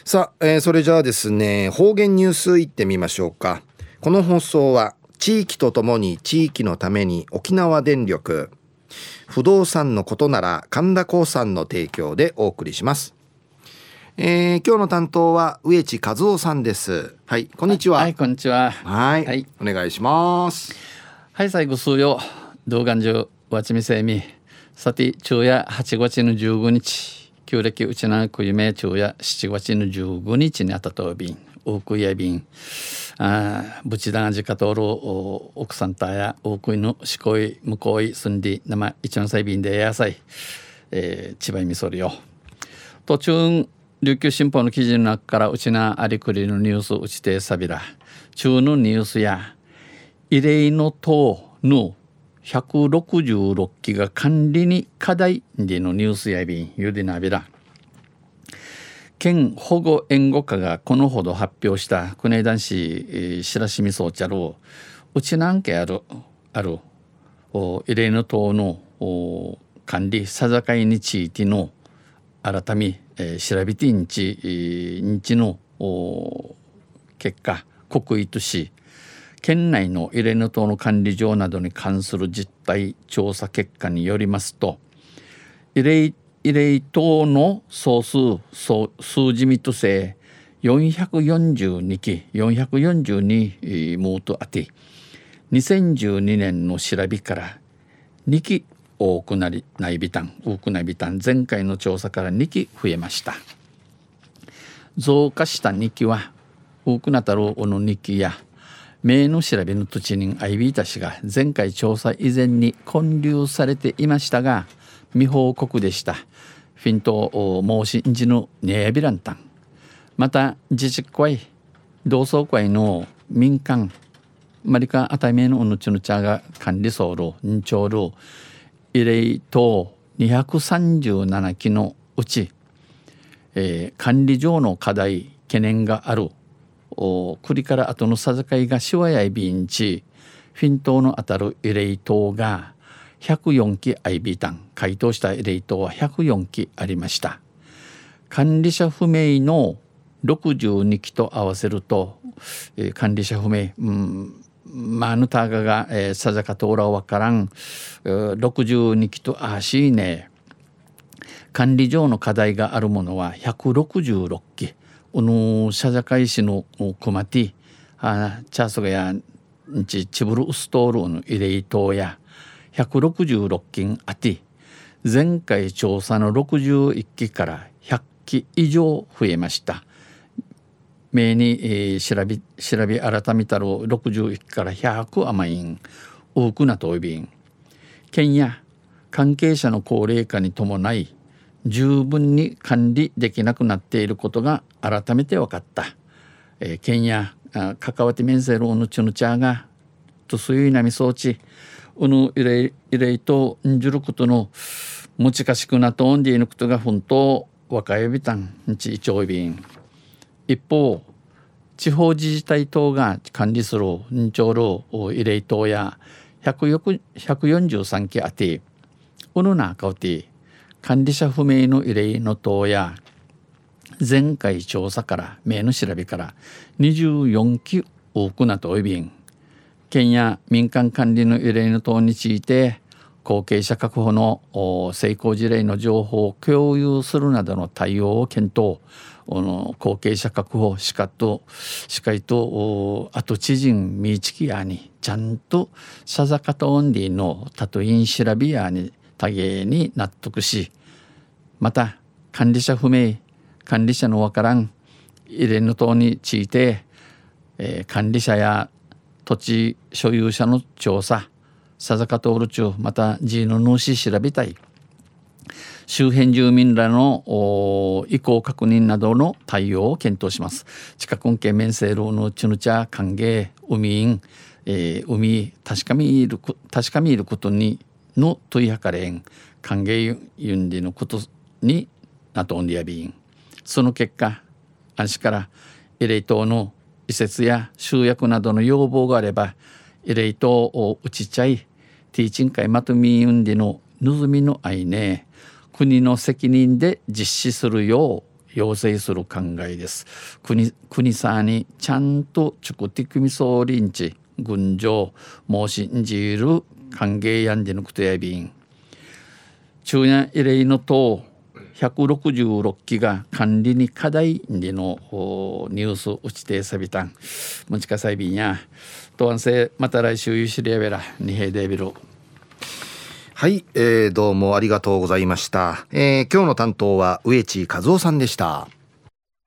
さあ、それじゃあですね、方言ニュースいってみましょうか。この放送は地域とともに地域のために沖縄電力、不動産のことなら神田興産の提供でお送りします。今日の担当は植地和夫さんです。はい、こんにちは。 はい、こんにちは。 はい、お願いします。 はい、最後数曜動画中わちみせみさて昼夜8月の15日旧暦うちなくゆめ昼夜7月の15日にあたとびん大食いやびんぶちだんじかとおる奥さんたや大食いのしこい向こういすんで生一のさいびんでやさい千葉みそりよ途中琉球新報の記事の中からうちなありくりのニュースうちてさびら中のニュースや異例の党の166機が管理に課題でのニュースやびんゆでなびら県保護援護課がこのほど発表した国枝男子白しみそうちゃるうちなんけある異例の党の管理さざかいについての改め調べてんちの結果国威とし県内の異例の党の管理場などに関する実態調査結果によりますと異例党の総数字見とせ442期442ムートあて2012年の調べから2期多くなびたん前回の調査から2期増えました。増加した2期は多くなったろうの2期や名の調べの土地人アイビータ氏が前回調査以前に建立されていましたが未報告でした。フィント申しんじのネヤビランタンまた自治会同窓会の民間マリカアタイメのうぬちぬちゃが管理総路認証路異例等237期のうち、管理上の課題懸念がある栗から後のさざかいがしわやいびんちフィン島のあたる異例島が104期アイビータン回答した異例島は104期ありました。管理者不明の62期と合わせると、管理者不明マヌタガが、さざかとおらわからん62期とあしね管理上の課題があるものは166期シャジャカイシのクマティチャースガやチブルウストールのイレイ島や166件あて前回調査の61期から100期以上増えました。名に、調べ改めたる61期から100余りん多くなといびん県や関係者の高齢化に伴い十分に管理できなくなっていることが改めて分かった。県や関わって面せるうぬちぬちゃがとすいなみ装置うぬいれいとんじゅることのむちかしくなとんでいぬことが本当若いびたんちいちょいびん一方地方自治体等が管理するんちょうるいれい等や143期あてうぬなかうて管理者不明の異例の党や前回調査から名の調べから24期多くなといびん県や民間管理の異例の党について後継者確保の成功事例の情報を共有するなどの対応を検討後継者確保しかいとあと知人みちきやにちゃんとさざかとオンディのたといん調べやに多芸に納得しまた管理者不明管理者のわからん異例の党について、管理者や土地所有者の調査さざかとおるちゅうまたジーの主調べたい周辺住民らの意向確認などの対応を検討します。近くんけ面せるのちぬちゃ歓迎海確かみいることにの問いはかれん歓迎ユンディのことになとんりやびんその結果安市から異例島の移設や集約などの要望があれば異例島を打ちちゃいティーチン会まとみユンディの望みのあいね国の責任で実施するよう要請する考えです。国さにちゃんとチュクティクミソーリンチ群青申しんじる歓迎やんでぬくとやびん中夜異例の党166機が管理に課題でのニュース打ちてさびたんもちかさいびんやとんせまた来週ゆしりやべらにへいでびる。 はい、どうもありがとうございました。今日の担当は植地和夫さんでした。